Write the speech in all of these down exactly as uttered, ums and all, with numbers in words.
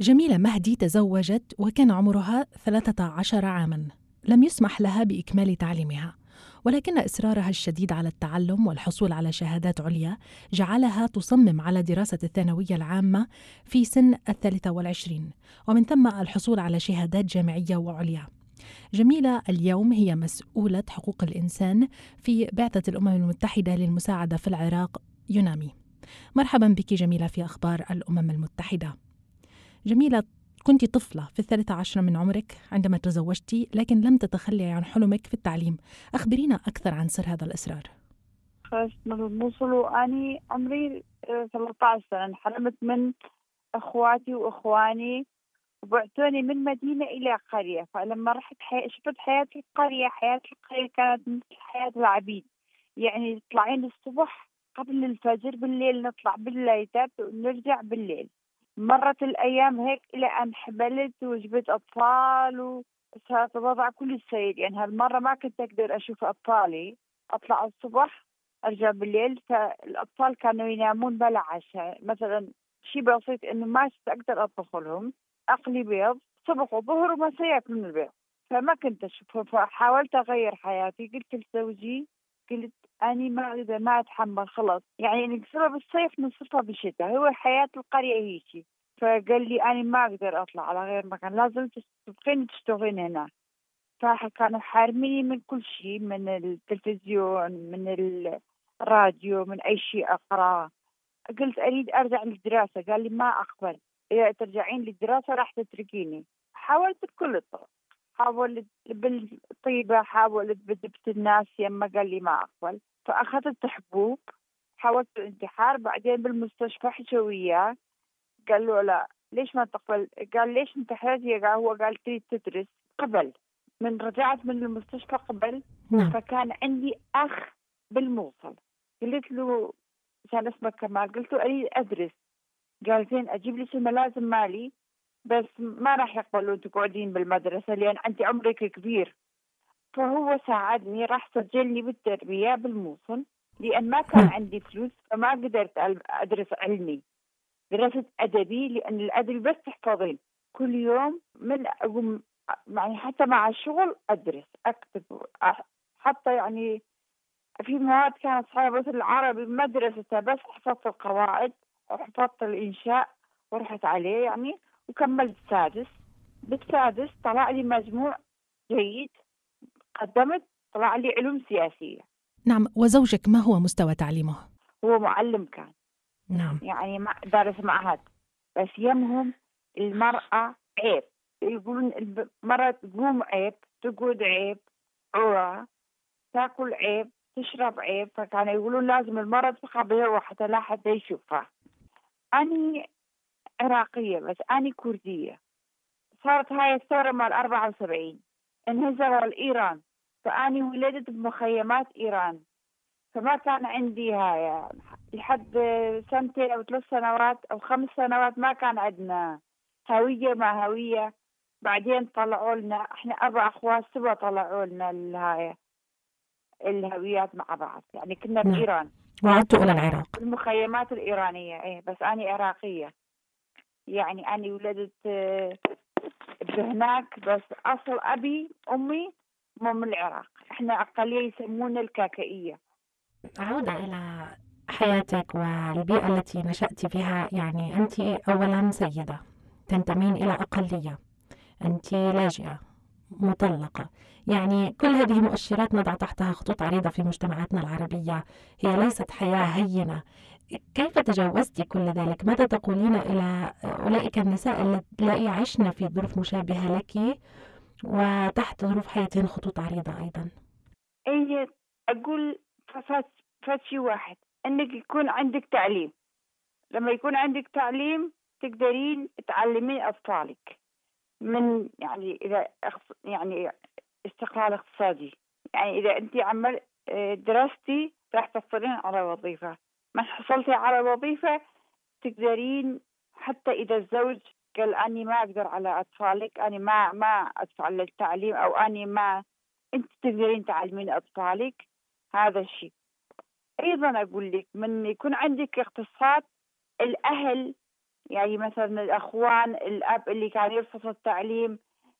جميلة مهدي تزوجت وكان عمرها ثلاثة عشر عاماً. لم يسمح لها بإكمال تعليمها، ولكن إصرارها الشديد على التعلم والحصول على شهادات عليا جعلها تصمم على دراسة الثانوية العامة في سن الثالثة والعشرين، ومن ثم الحصول على شهادات جامعية وعليا. جميلة اليوم هي مسؤولة حقوق الإنسان في بعثة الأمم المتحدة للمساعدة في العراق يونامي. مرحبا بك جميلة في أخبار الأمم المتحدة. جميلة، كنت طفلة في الثالثة عشرة من عمرك عندما تزوجتي، لكن لم تتخلي عن حلمك في التعليم. أخبرينا أكثر عن سر هذا الإصرار. خرجت من الموصل وأني عمري آه، ثلاثة عشر سنة. انحرمت من أخواتي وإخواني وبعثوني من مدينة إلى قرية. فلما رحت حي... شفت حياة القرية، حياة القرية كانت مثل حياة العبيد. يعني تطلعين الصبح قبل الفجر، بالليل نطلع بالليتات ونرجع بالليل. مرت الأيام هيك إلى أن حبلت وجبت أطفال وصارت الوضع كل السيء. يعني هالمرة ما كنت أقدر أشوف أطفالي. أطلع الصبح أرجع بالليل، فالأطفال كانوا ينامون بلا عشاء. مثلا شيء بسيط إنه ما أقدر أطبخ لهم، أقلي بيض صبح وظهر ومساء يأكلون البيض، فما كنت أشوفه. فحاولت أغير حياتي. قلت لزوجي، قلت أني ما أقدر، ما أتحمل خلاص. يعني نكسرها بالصيف نصفها بالشتاء، هو حياة القرية هيك. فقال لي أنا ما أقدر أطلع على غير مكان، لازم تبقين تشتغلين هنا. فكانوا حارميني من كل شيء، من التلفزيون، من الراديو، من أي شيء أقرأ. قلت أريد أرجع للدراسة. قال لي ما أقبل، إذا ترجعين للدراسة راح تتركيني. حاولت بكل الطرق، حاولت بالطيبة، حاولت بدبت الناس يما. قال لي ما أقبل. فأخذت حبوب، حاولت الانتحار. بعدين بالمستشفى حكوا وياه، قال له لا ليش ما تقبل. قال ليش انتحرت؟ قال هو قال تريد تدرس. قبل. من رجعت من المستشفى قبل. نعم. فكان عندي أخ بالموصل، قلت له كان اسمه كمال، قلت له أريد أدرس. قال زين أجيب لي الملازم مالي، بس ما راح يقبلوا تقعدين بالمدرسة لأن أنت عمرك كبير. فهو ساعدني، راح سجلني بالتربية بالموصل لأن ما كان نعم. عندي فلوس، فما قدرت أدرس علمي. درست أدبي لأن الأدبي بس تحفظين كل يوم. من أقوم يعني حتى مع الشغل أدرس أكتب، حتى يعني في مواد كانت صعبة مثل العربي مدرسة، بس حفظت القواعد وحفظت الإنشاء ورحت عليه يعني. وكملت سادس. بالسادس طلع لي مجموع جيد، قدمت طلع لي علوم سياسية. نعم. وزوجك ما هو مستوى تعليمه؟ هو معلم كان. نعم. يعني ما دارس معهد، بس يمهم المرأة عيب. يقولون المرأة تقوم عيب، تقعد عيب، عورة، تاكل عيب، تشرب عيب. فكانوا يقولون لازم المرأة تبقى بيضة حتى لا حد يشوفها. أنا عراقية بس أنا كردية. صارت هاي الثورة مال أربعة وسبعين، انهزموا الإيران، فأنا ولدت بمخيمات إيران. فما كان عندي هاي لحد سنتين أو ثلاث سنوات أو خمس سنوات ما كان عندنا هوية ما هوية. بعدين طلعوا لنا احنا أربع أخوات سوا، طلعوا لنا الهاي الهويات مع بعض. يعني كنا نعم. بإيران وعدت إلى العراق. المخيمات الإيرانية. ايه بس أنا عراقية. يعني أنا ولدت بهناك، بس أصل أبي أمي مو من العراق. إحنا أقلية يسمونا الكاكائية. أعود إلى حياتك والبيئة التي نشأت فيها. يعني أنت أولا سيدة، تنتمين إلى أقلية، أنت لاجئة، مطلقة. يعني كل هذه مؤشرات نضع تحتها خطوط عريضة في مجتمعاتنا العربية. هي ليست حياة هينة. كيف تجاوزتي كل ذلك؟ ماذا تقولين إلى أولئك النساء اللاتي عشن في ظروف مشابهة لك وتحت ظروف حياتهن خطوط عريضة أيضا؟ أي أقول فات فات شيء واحد، إنك يكون عندك تعليم. لما يكون عندك تعليم تقدرين تعلمين أطفالك من يعني إذا يعني استقلال اقتصادي. يعني إذا أنت عمل درستي راح تحصلين على وظيفة، ما حصلتي على وظيفة تقدرين. حتى إذا الزوج قال أني ما أقدر على أطفالك، أني ما ما أدفع للتعليم، أو أني ما، أنت تقدرين تعلمين أطفالك. هذا الشيء. أيضا أقول لك من يكون عندك اقتصاد، الأهل يعني مثلا الأخوان الأب اللي كان يرفض التعليم،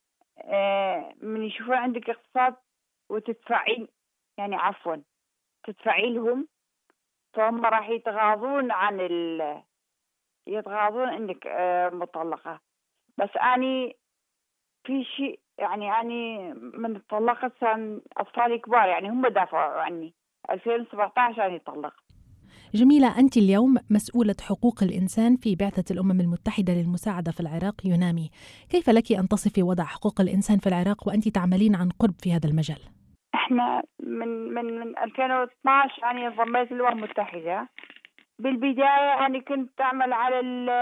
آه، من يشوفون عندك اقتصاد وتدفعين، يعني عفوا تدفعي لهم، فهم راح يتغاضون عن ال يتغاضون انك آه، مطلقة. بس اني في شيء، يعني اني من اتطلقت كان اطفالي كبار، يعني هم دافعوا عني ألفين وسبعة عشر عشان يطلق. جميلة، أنت اليوم مسؤولة حقوق الإنسان في بعثة الأمم المتحدة للمساعدة في العراق يونامي. كيف لك أن تصفي وضع حقوق الإنسان في العراق وأنت تعملين عن قرب في هذا المجال؟ احنا من من من ألفين واثناشر يعني انضميت للأمم المتحدة. بالبداية أنا كنت أعمل على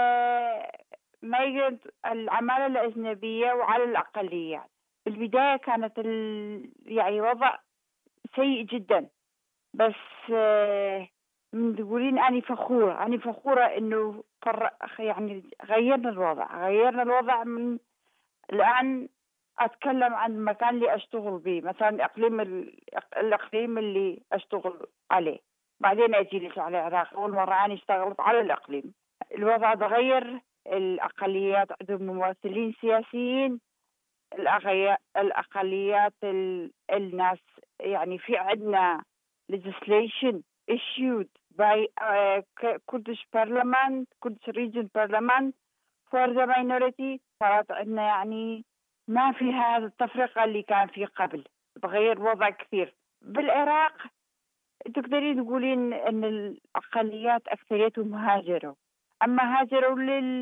الميجرنت، العمالة الأجنبية، وعلى الأقليات. بالبداية كانت ال... يعني وضع سيء جدا، بس آه، من تقولين أنا فخورة، أنا فخورة إنه فر... يعني غيرنا الوضع، غيرنا الوضع. من الآن أتكلم عن المكان اللي أشتغل به، مثلا الإقليم ال... الإقليم اللي أشتغل عليه، بعدين أجي على العراق. أول مرة أنا اشتغلت على الإقليم. الوضع تغير، الأقليات عندهم ممثلين سياسيين، الأغي... الأقليات ال... الناس، يعني في عندنا legislation issued by uh, Kurdish parliament, Kurdish region parliament for the minority. صارت عندنا يعني ما في هذا التفرقة اللي كان في قبل، تغير الوضع كثير. بالعراق تقدرين تقولين ان الأقليات أكثريتهم هاجروا، أما هاجروا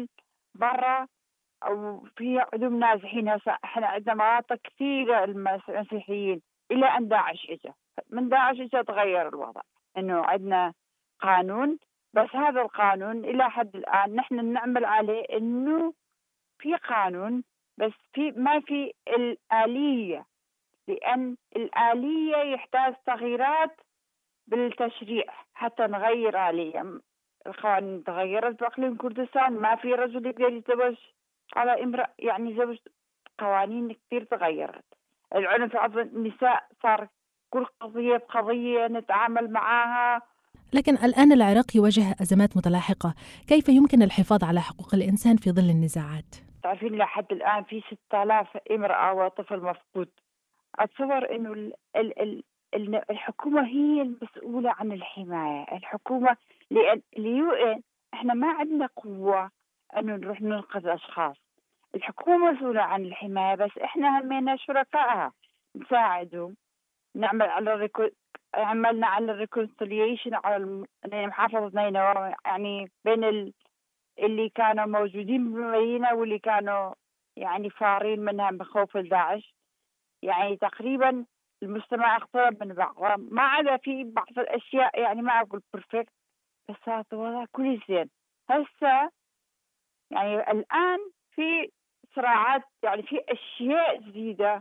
للبرا أو في عندهم نازحين. هسه احنا عندنا مناطق كثيرة المسيحيين إلى أن داعش إجا. من داعش إجا تغير الوضع، إنه عندنا قانون، بس هذا القانون إلى حد الآن نحن نعمل عليه إنه في قانون، بس في ما في الآلية، لأن الآلية يحتاج تغييرات بالتشريع حتى نغير آلية. القوانين تغيرت بإقليم كردستان، ما في رجل يقدر يتزوج على امرأة، يعني زوج. قوانين كثير تغيرت. العنف ضد النساء صار كل قضية بقضية نتعامل معها. لكن الآن العراق يواجه أزمات متلاحقة، كيف يمكن الحفاظ على حقوق الإنسان في ظل النزاعات؟ تعرفين لحد الآن في ستة آلاف امرأة وطفل مفقود. أتصور إنه ال ال ال الحكومة هي المسؤولة عن الحماية. الحكومة، لأن اليو إن إحنا ما عندنا قوة إنه نروح ننقذ أشخاص. الحكومة مسؤولة عن الحماية، بس إحنا همينا شركائها، نساعدهم، نعمل على الريكو... عملنا على الريكونسيليشن، على محافظة نينوى، يعني بين ال... اللي كانوا موجودين بالمدينة واللي كانوا يعني فارين منها بخوف الداعش. يعني تقريبا المجتمع اقترب من بعض، ما عدا في بعض الأشياء، يعني ما أقول بيرفكت، بس هذا الوضع كل زين. هسه يعني الآن في صراعات، يعني في أشياء جديدة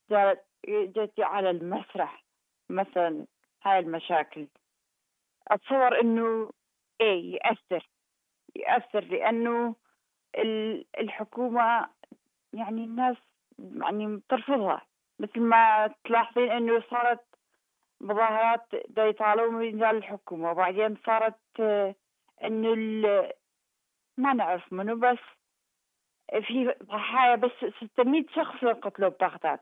جت على المسرح، مثلا هاي المشاكل. أتصور إنه إيه يأثر يأثر لأنه الحكومة، يعني الناس يعني ترفضها. مثل ما تلاحظين إنه صارت مظاهرات دا يطالبوا من رجال الحكومة، وبعدين صارت إنه ما نعرف منه، بس في ضحايا، بس ستمائة شخص قتلوا ببغداد.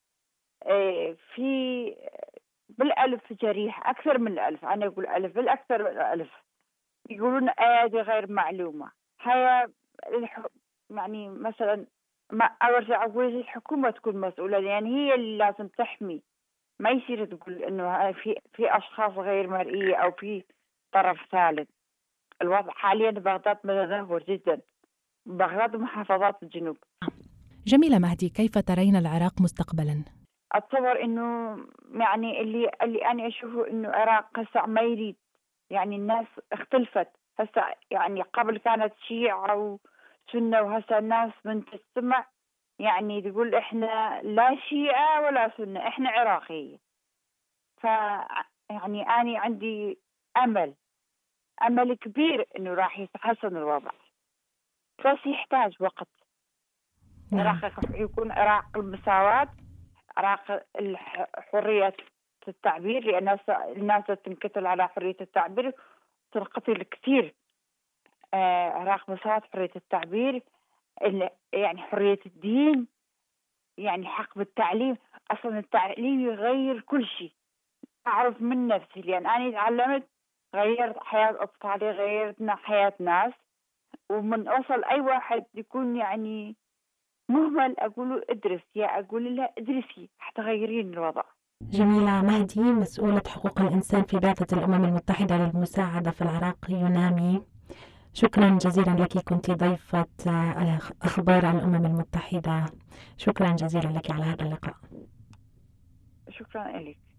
في بالألف جريح، أكثر من الألف. أنا أقول ألف، بالأكثر من الألف. يقولون أيادي غير معلومة. هيا الح... يعني مثلا ما أرجع أقول الحكومة تكون مسؤولة، لأن يعني هي اللي لازم تحمي. ما يصير تقول إنه في في أشخاص غير مرئية أو في طرف ثالث. الوضع حاليا ببغداد متدهور جدا، بغداد ومحافظات الجنوب. جميلة مهدي، كيف ترين العراق مستقبلا؟ أتصور إنه يعني اللي اللي أنا أشوفه إنه العراق هسه ما يريد، يعني الناس اختلفت هسه. يعني قبل كانت شيعة وسنة، وهسه الناس من تستمع يعني تقول إحنا لا شيعة ولا سنة، إحنا عراقية. ف يعني أنا عندي أمل أمل كبير إنه راح يتحسن الوضع، بس يحتاج وقت. نعم. العراق يكون عراق المساواة، عراق حرية التعبير، لأن الناس تنقتل على حرية التعبير، تنقتل كثير آه، عراق مساواة، حرية التعبير، ال- يعني حرية الدين، يعني حق بالتعليم. أصلا التعليم يغير كل شيء. أعرف من نفسي لأن أنا تعلمت، غيرت حياة أطفالي، غيرتنا حياة ناس. ومن أوصل أي واحد يكون يعني مهمل أقول له ادرس، يا أقول له ادرسي حتغيرين الوضع. جميلة مهدي، مسؤولة حقوق الإنسان في بعثة الأمم المتحدة للمساعدة في العراق يونامي، شكرا جزيلا لك، كنت ضيفة آه، أخبار الأمم المتحدة. شكرا جزيلا لك على هذا اللقاء. شكرا لك.